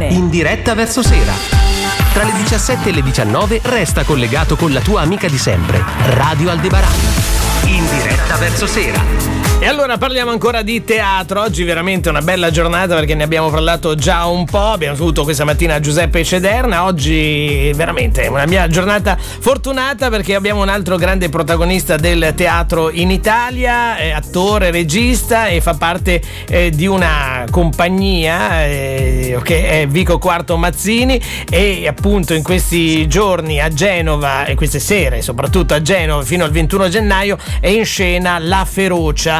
In diretta verso sera. Tra le 17 e le 19 resta collegato con la tua amica di sempre, Radio Aldebaran. In diretta verso sera. E allora parliamo ancora di teatro. Oggi veramente una bella giornata perché ne abbiamo parlato già un po'. Abbiamo avuto questa mattina Giuseppe Cederna. Oggi veramente una mia giornata fortunata perché abbiamo un altro grande protagonista del teatro in Italia, attore, regista, e fa parte di una compagnia che è Vico Quarto Mazzini, e appunto in questi giorni a Genova, e queste sere soprattutto a Genova fino al 21 gennaio è in scena La Ferocia,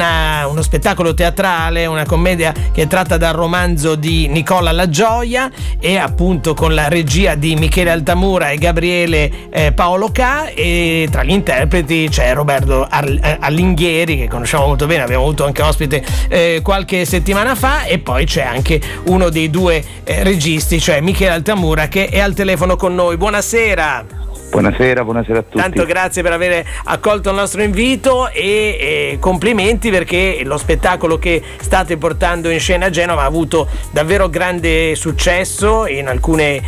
uno spettacolo teatrale, una commedia che è tratta dal romanzo di Nicola La Gioia, e appunto con la regia di Michele Altamura e Gabriele Paolo Ca, e tra gli interpreti c'è Roberto Allinghieri, che conosciamo molto bene, abbiamo avuto anche ospite qualche settimana fa, e poi c'è anche uno dei due registi, cioè Michele Altamura, che è al telefono con noi. Buonasera. Buonasera a tutti. Tanto grazie per aver accolto il nostro invito e complimenti, perché lo spettacolo che state portando in scena a Genova ha avuto davvero grande successo in alcuni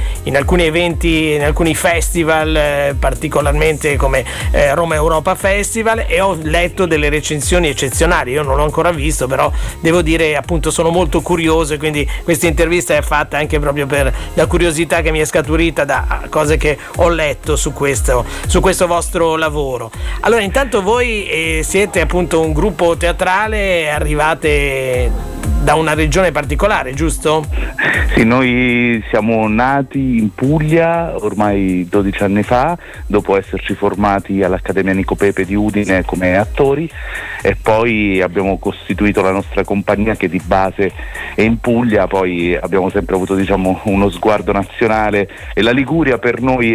eventi, in alcuni festival, particolarmente come Roma Europa Festival, e ho letto delle recensioni eccezionali. Io non l'ho ancora visto, però devo dire appunto sono molto curioso, e quindi questa intervista è fatta anche proprio per la curiosità che mi è scaturita da cose che ho letto su questo vostro lavoro. Allora, intanto voi siete appunto un gruppo teatrale, arrivate da una regione particolare, giusto? Sì, noi siamo nati in Puglia ormai 12 anni fa, dopo esserci formati all'Accademia Nico Pepe di Udine come attori, e poi abbiamo costituito la nostra compagnia, che di base è in Puglia. Poi abbiamo sempre avuto, diciamo, uno sguardo nazionale, e la Liguria per noi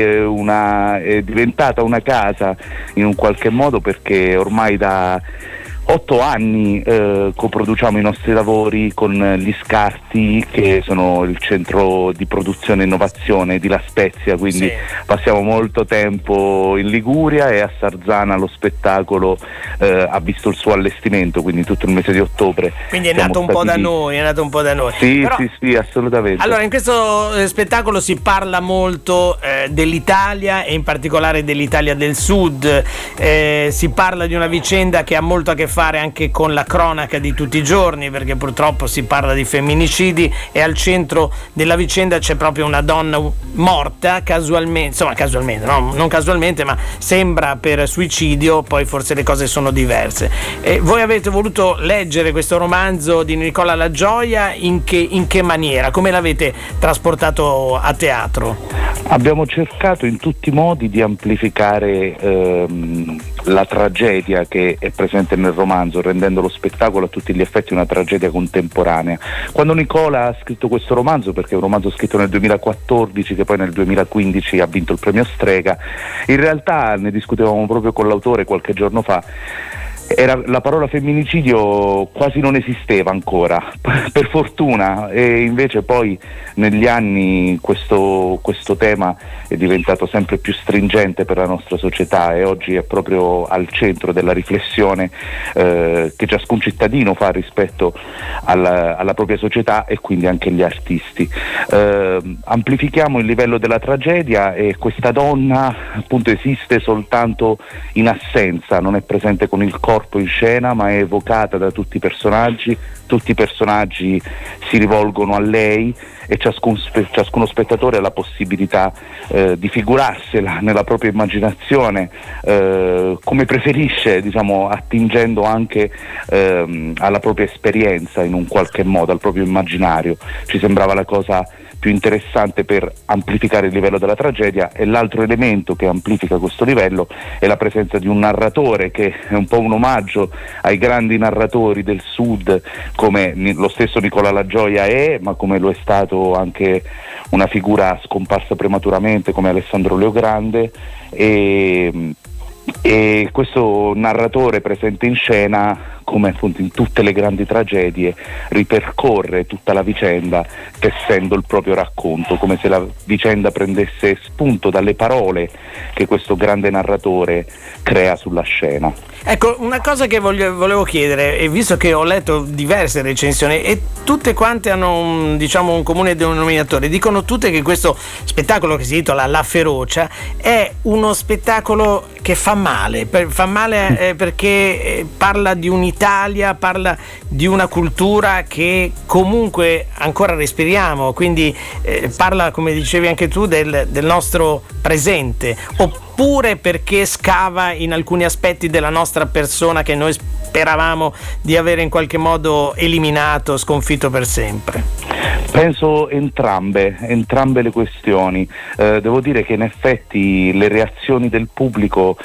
è diventata una casa in un qualche modo, perché ormai da 8 anni coproduciamo i nostri lavori con gli Scarti, che sono il centro di produzione e innovazione di La Spezia, quindi passiamo molto tempo in Liguria, e a Sarzana lo spettacolo ha visto il suo allestimento, quindi tutto il mese di ottobre. Quindi è nato un po' da noi. Sì, però, sì, assolutamente. Allora, in questo spettacolo si parla molto dell'Italia, e in particolare dell'Italia del Sud. Si parla di una vicenda che ha molto a che fare anche con la cronaca di tutti i giorni, perché purtroppo si parla di femminicidi, e al centro della vicenda c'è proprio una donna morta casualmente, no, non casualmente, ma sembra per suicidio, poi forse le cose sono diverse. E voi avete voluto leggere questo romanzo di Nicola La Gioia, in che maniera? Come l'avete trasportato a teatro? Abbiamo cercato in tutti i modi di amplificare la tragedia che è presente nel romanzo, rendendo lo spettacolo a tutti gli effetti una tragedia contemporanea. Quando Nicola ha scritto questo romanzo, perché è un romanzo scritto nel 2014 che poi nel 2015 ha vinto il premio Strega, in realtà ne discutevamo proprio con l'autore qualche giorno fa. La parola femminicidio quasi non esisteva ancora, per fortuna, e invece poi negli anni questo tema è diventato sempre più stringente per la nostra società, e oggi è proprio al centro della riflessione che ciascun cittadino fa rispetto alla propria società, e quindi anche gli artisti. Amplifichiamo il livello della tragedia, e questa donna appunto esiste soltanto in assenza, non è presente con il corpo in scena, ma è evocata da tutti i personaggi si rivolgono a lei, e ciascuno spettatore ha la possibilità di figurarsela nella propria immaginazione come preferisce, diciamo, attingendo anche alla propria esperienza in un qualche modo, al proprio immaginario. Ci sembrava la cosa più interessante per amplificare il livello della tragedia, e l'altro elemento che amplifica questo livello è la presenza di un narratore, che è un po' un omaggio ai grandi narratori del Sud, come lo stesso Nicola La Gioia è, ma come lo è stato anche una figura scomparsa prematuramente come Alessandro Leogrande, e questo narratore presente in scena come appunto in tutte le grandi tragedie, ripercorre tutta la vicenda tessendo il proprio racconto, come se la vicenda prendesse spunto dalle parole che questo grande narratore crea sulla scena. Ecco, una cosa che volevo chiedere, e visto che ho letto diverse recensioni e tutte quante hanno un comune denominatore, dicono tutte che questo spettacolo che si intitola La Ferocia è uno spettacolo che fa male perché parla di un'Italia, parla di una cultura che comunque ancora respiriamo, quindi parla, come dicevi anche tu, del nostro presente, oppure perché scava in alcuni aspetti della nostra persona che noi speravamo di avere in qualche modo eliminato, sconfitto per sempre? Penso entrambe le questioni. Devo dire che in effetti le reazioni del pubblico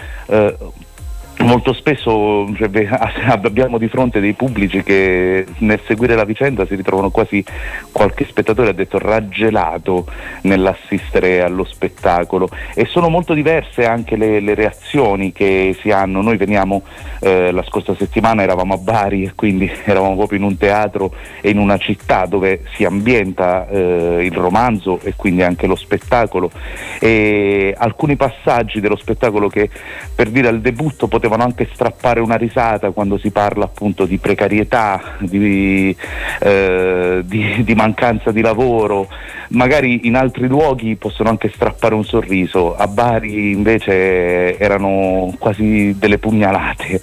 molto spesso abbiamo di fronte dei pubblici che nel seguire la vicenda si ritrovano quasi, qualche spettatore ha detto, raggelato nell'assistere allo spettacolo, e sono molto diverse anche le reazioni che si hanno. Noi veniamo, la scorsa settimana eravamo a Bari e quindi eravamo proprio in un teatro e in una città dove si ambienta il romanzo e quindi anche lo spettacolo, e alcuni passaggi dello spettacolo che, per dire, al debutto potevano anche strappare una risata, quando si parla appunto di precarietà, di mancanza di lavoro, magari in altri luoghi possono anche strappare un sorriso, a Bari invece erano quasi delle pugnalate,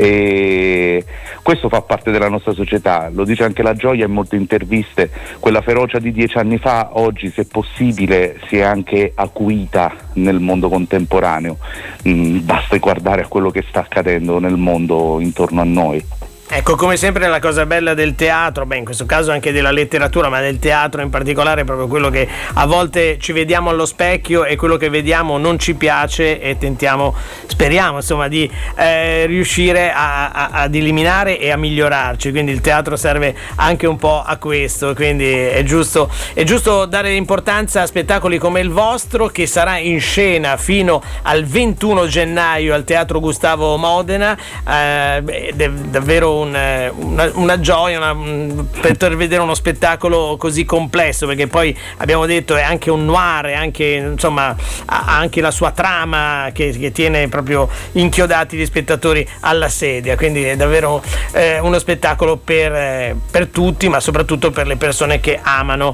e questo fa parte della nostra società, lo dice anche La Gioia in molte interviste. Quella ferocia di 10 anni fa oggi, se possibile, si è anche acuita nel mondo contemporaneo, basta guardare a quello che sta accadendo nel mondo intorno a noi. Ecco, come sempre la cosa bella del teatro, in questo caso anche della letteratura, ma del teatro in particolare, è proprio quello che a volte ci vediamo allo specchio e quello che vediamo non ci piace e speriamo insomma di riuscire ad eliminare e a migliorarci, quindi il teatro serve anche un po' a questo, quindi è giusto dare importanza a spettacoli come il vostro, che sarà in scena fino al 21 gennaio al Teatro Gustavo Modena, ed è davvero una gioia per vedere uno spettacolo così complesso, perché poi abbiamo detto è anche un noir, anche ha anche la sua trama che tiene proprio inchiodati gli spettatori alla sedia, quindi è davvero uno spettacolo per tutti, ma soprattutto per le persone che amano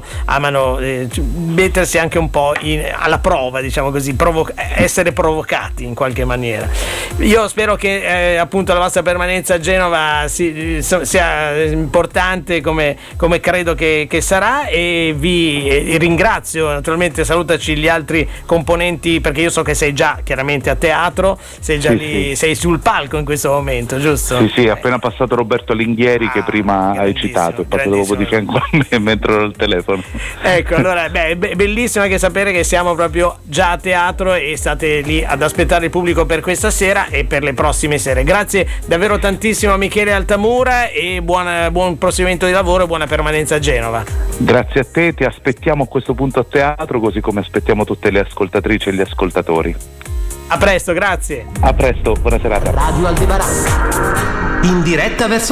mettersi anche un po' alla prova, diciamo così, essere provocati in qualche maniera. Io spero che appunto la vostra permanenza a Genova sia importante come credo che sarà, e vi ringrazio. Naturalmente salutaci gli altri componenti, perché io so che sei già chiaramente a teatro, sei già lì, sì. Sei sul palco in questo momento, giusto? Sì, appena passato Roberto Linghieri, che prima hai citato, è passato proprio di fianco a me mentre ero al telefono. Ecco, allora è bellissimo anche sapere che siamo proprio già a teatro e state lì ad aspettare il pubblico per questa sera e per le prossime sere. Grazie davvero tantissimo a Michele Altamura e buon proseguimento di lavoro e buona permanenza a Genova. Grazie a te, ti aspettiamo a questo punto a teatro, così come aspettiamo tutte le ascoltatrici e gli ascoltatori. A presto, grazie. A presto, buona serata. Radio Aldebaran, in diretta verso